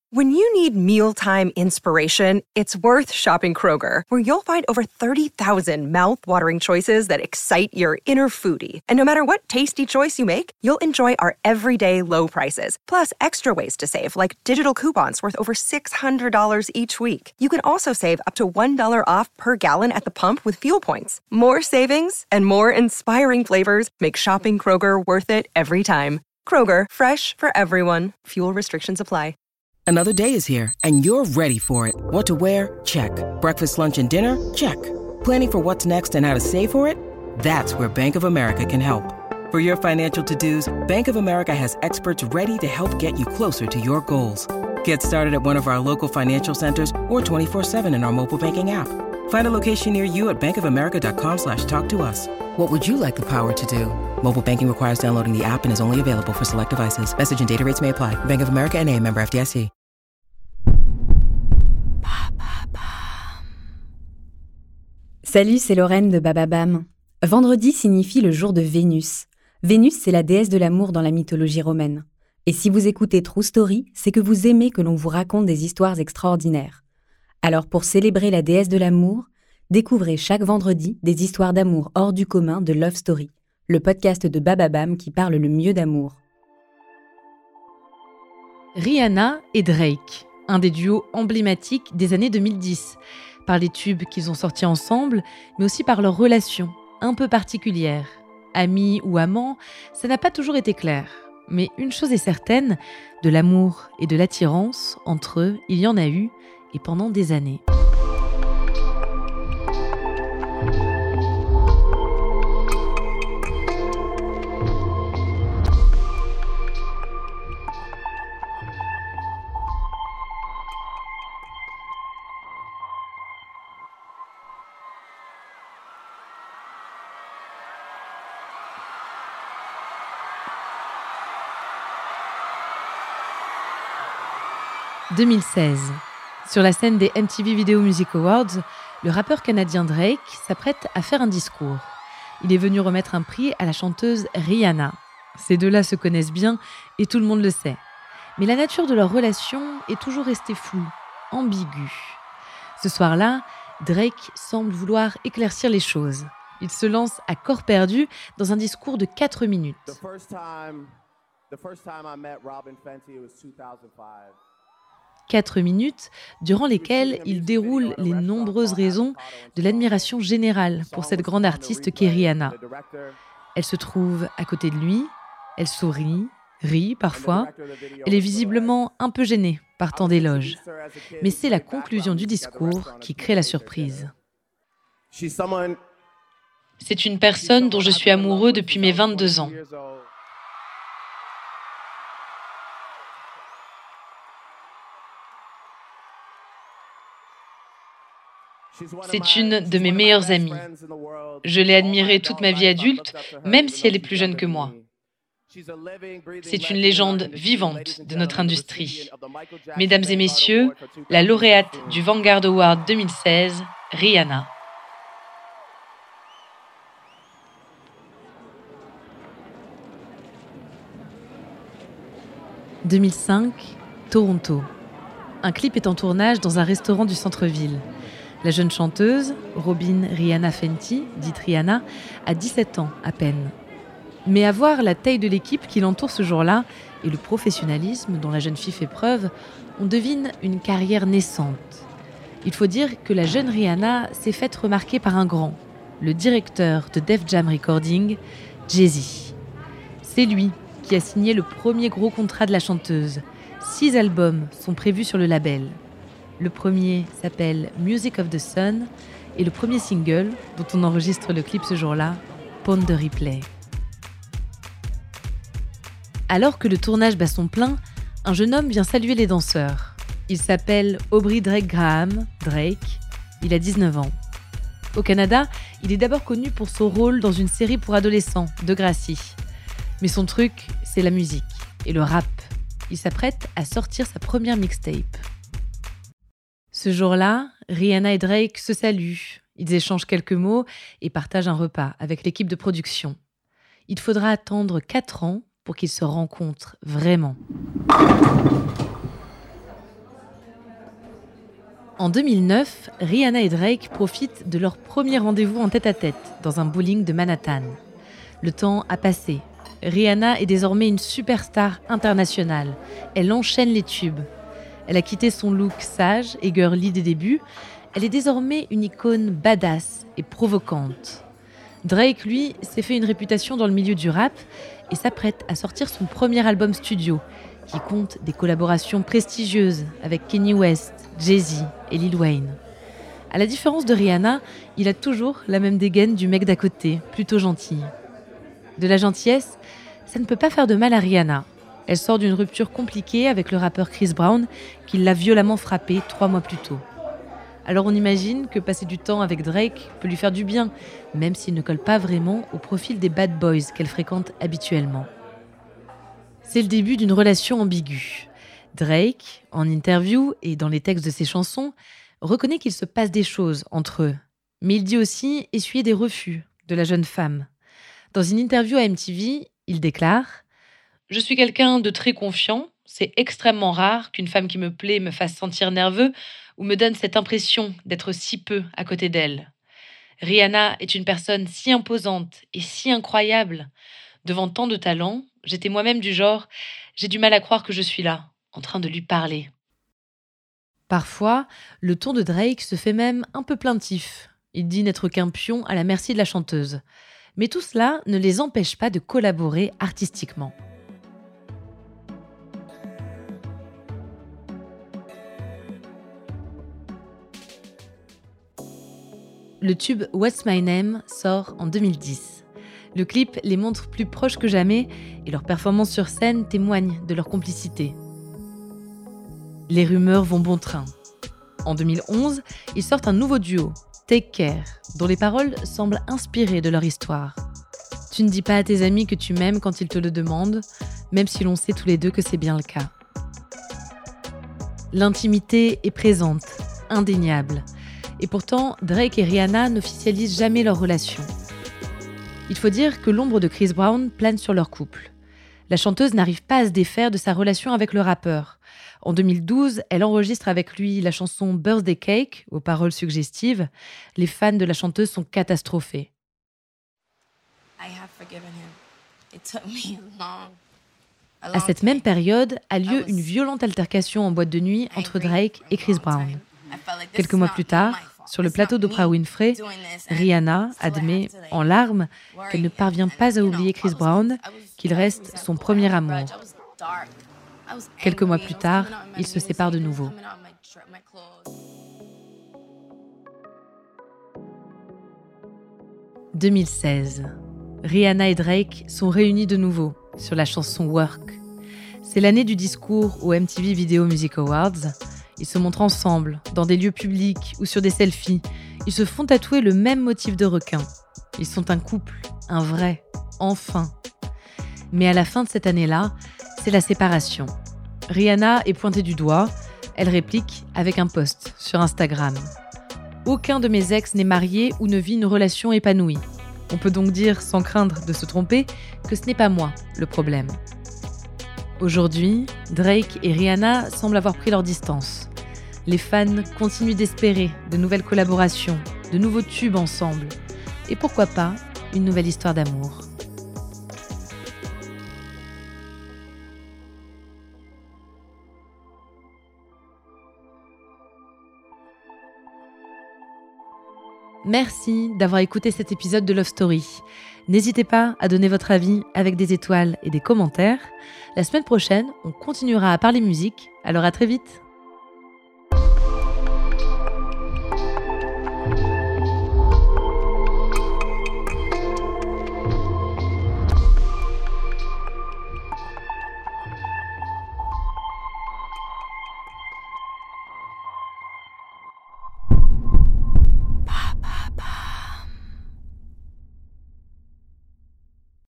When you need mealtime inspiration, it's worth shopping Kroger, where you'll find over 30,000 mouth-watering choices that excite your inner foodie. And no matter what tasty choice you make, you'll enjoy our everyday low prices, plus extra ways to save, like digital coupons worth over $600 each week. You can also save up to $1 off per gallon at the pump with fuel points. More savings and more inspiring flavors make shopping Kroger worth it every time. Kroger, fresh for everyone. Fuel restrictions apply. Another day is here, and you're ready for it. What to wear? Check. Breakfast, lunch, and dinner? Check. Planning for what's next and how to save for it? That's where Bank of America can help. For your financial to-dos, Bank of America has experts ready to help get you closer to your goals. Get started at one of our local financial centers or 24/7 in our mobile banking app. Find a location near you at bankofamerica.com/talktous. What would you like the power to do? Mobile banking requires downloading the app and is only available for select devices. Message and data rates may apply. Bank of America N.A., member FDIC. Salut, c'est Lorraine de Bababam. Vendredi signifie le jour de Vénus. Vénus, c'est la déesse de l'amour dans la mythologie romaine. Et si vous écoutez True Story, c'est que vous aimez que l'on vous raconte des histoires extraordinaires. Alors pour célébrer la déesse de l'amour, découvrez chaque vendredi des histoires d'amour hors du commun de Love Story, le podcast de Bababam qui parle le mieux d'amour. Rihanna et Drake, un des duos emblématiques des années 2010, par les tubes qu'ils ont sortis ensemble, mais aussi par leur relation, un peu particulière. Amis ou amants, ça n'a pas toujours été clair. Mais une chose est certaine, de l'amour et de l'attirance, entre eux, il y en a eu, et pendant des années. « 2016. Sur la scène des MTV Video Music Awards, le rappeur canadien Drake s'apprête à faire un discours. Il est venu remettre un prix à la chanteuse Rihanna. Ces deux-là se connaissent bien et tout le monde le sait. Mais la nature de leur relation est toujours restée floue, ambiguë. Ce soir-là, Drake semble vouloir éclaircir les choses. Il se lance à corps perdu dans un discours de 4 minutes. The first time I met Robin Fenty, it was 2005. 4 minutes, durant lesquelles il déroule les nombreuses raisons de l'admiration générale pour cette grande artiste qu'est Rihanna. Elle se trouve à côté de lui, elle sourit, rit parfois, elle est visiblement un peu gênée par tant d'éloges. Mais c'est la conclusion du discours qui crée la surprise. C'est une personne dont je suis amoureux depuis mes 22 ans. C'est une de mes meilleures amies. Je l'ai admirée toute ma vie adulte, même si elle est plus jeune que moi. C'est une légende vivante de notre industrie. Mesdames et messieurs, la lauréate du Vanguard Award 2016, Rihanna. « 2005, Toronto. Un clip est en tournage dans un restaurant du centre-ville. La jeune chanteuse, Robin Rihanna Fenty, dite Rihanna, a 17 ans à peine. Mais à voir la taille de l'équipe qui l'entoure ce jour-là et le professionnalisme dont la jeune fille fait preuve, on devine une carrière naissante. Il faut dire que la jeune Rihanna s'est faite remarquer par un grand, le directeur de Def Jam Recording, Jay-Z. C'est lui qui a signé le premier gros contrat de la chanteuse. 6 albums sont prévus sur le label. Le premier s'appelle Music of the Sun et le premier single, dont on enregistre le clip ce jour-là, Pon de Replay. Alors que le tournage bat son plein, un jeune homme vient saluer les danseurs. Il s'appelle Aubrey Drake Graham, Drake. Il a 19 ans. Au Canada, il est d'abord connu pour son rôle dans une série pour adolescents, Degrassi. Mais son truc, c'est la musique et le rap. Il s'apprête à sortir sa première mixtape. Ce jour-là, Rihanna et Drake se saluent. Ils échangent quelques mots et partagent un repas avec l'équipe de production. Il faudra attendre 4 ans pour qu'ils se rencontrent vraiment. En 2009, Rihanna et Drake profitent de leur premier rendez-vous en tête-à-tête dans un bowling de Manhattan. Le temps a passé. Rihanna est désormais une superstar internationale. Elle enchaîne les tubes. Elle a quitté son look sage et girly des débuts. Elle est désormais une icône badass et provocante. Drake, lui, s'est fait une réputation dans le milieu du rap et s'apprête à sortir son premier album studio, qui compte des collaborations prestigieuses avec Kanye West, Jay-Z et Lil Wayne. À la différence de Rihanna, il a toujours la même dégaine du mec d'à côté, plutôt gentil. De la gentillesse, ça ne peut pas faire de mal à Rihanna. Elle sort d'une rupture compliquée avec le rappeur Chris Brown, qui l'a violemment frappée 3 mois plus tôt. Alors on imagine que passer du temps avec Drake peut lui faire du bien, même s'il ne colle pas vraiment au profil des bad boys qu'elle fréquente habituellement. C'est le début d'une relation ambiguë. Drake, en interview et dans les textes de ses chansons, reconnaît qu'il se passe des choses entre eux. Mais il dit aussi essuyer des refus de la jeune femme. Dans une interview à MTV, il déclare « Je suis quelqu'un de très confiant. C'est extrêmement rare qu'une femme qui me plaît me fasse sentir nerveux ou me donne cette impression d'être si peu à côté d'elle. Rihanna est une personne si imposante et si incroyable. Devant tant de talent, j'étais moi-même du genre « j'ai du mal à croire que je suis là, en train de lui parler ». Parfois, le ton de Drake se fait même un peu plaintif. Il dit n'être qu'un pion à la merci de la chanteuse. Mais tout cela ne les empêche pas de collaborer artistiquement. Le tube What's My Name sort en 2010. Le clip les montre plus proches que jamais et leurs performances sur scène témoignent de leur complicité. Les rumeurs vont bon train. En 2011, ils sortent un nouveau duo, Take Care, dont les paroles semblent inspirées de leur histoire. Tu ne dis pas à tes amis que tu m'aimes quand ils te le demandent, même si l'on sait tous les deux que c'est bien le cas. L'intimité est présente, indéniable. Et pourtant, Drake et Rihanna n'officialisent jamais leur relation. Il faut dire que l'ombre de Chris Brown plane sur leur couple. La chanteuse n'arrive pas à se défaire de sa relation avec le rappeur. En 2012, elle enregistre avec lui la chanson Birthday Cake, aux paroles suggestives. Les fans de la chanteuse sont catastrophés. À cette même période a lieu une violente altercation en boîte de nuit entre Drake et Chris Brown. Quelques mois plus tard, sur le plateau d'Oprah Winfrey, Rihanna admet, en larmes, qu'elle ne parvient pas à oublier Chris Brown, qu'il reste son premier amour. Quelques mois plus tard, ils se séparent de nouveau. « 2016. Rihanna et Drake sont réunis de nouveau sur la chanson Work. C'est l'année du discours aux MTV Video Music Awards. Ils se montrent ensemble, dans des lieux publics ou sur des selfies. Ils se font tatouer le même motif de requin. Ils sont un couple, un vrai, enfin. Mais à la fin de cette année-là, c'est la séparation. Rihanna est pointée du doigt. Elle réplique avec un post sur Instagram. « Aucun de mes ex n'est marié ou ne vit une relation épanouie. On peut donc dire, sans craindre de se tromper, que ce n'est pas moi le problème. » Aujourd'hui, Drake et Rihanna semblent avoir pris leur distance. Les fans continuent d'espérer de nouvelles collaborations, de nouveaux tubes ensemble. Et pourquoi pas une nouvelle histoire d'amour. Merci d'avoir écouté cet épisode de Love Story. N'hésitez pas à donner votre avis avec des étoiles et des commentaires. La semaine prochaine, on continuera à parler musique, alors à très vite.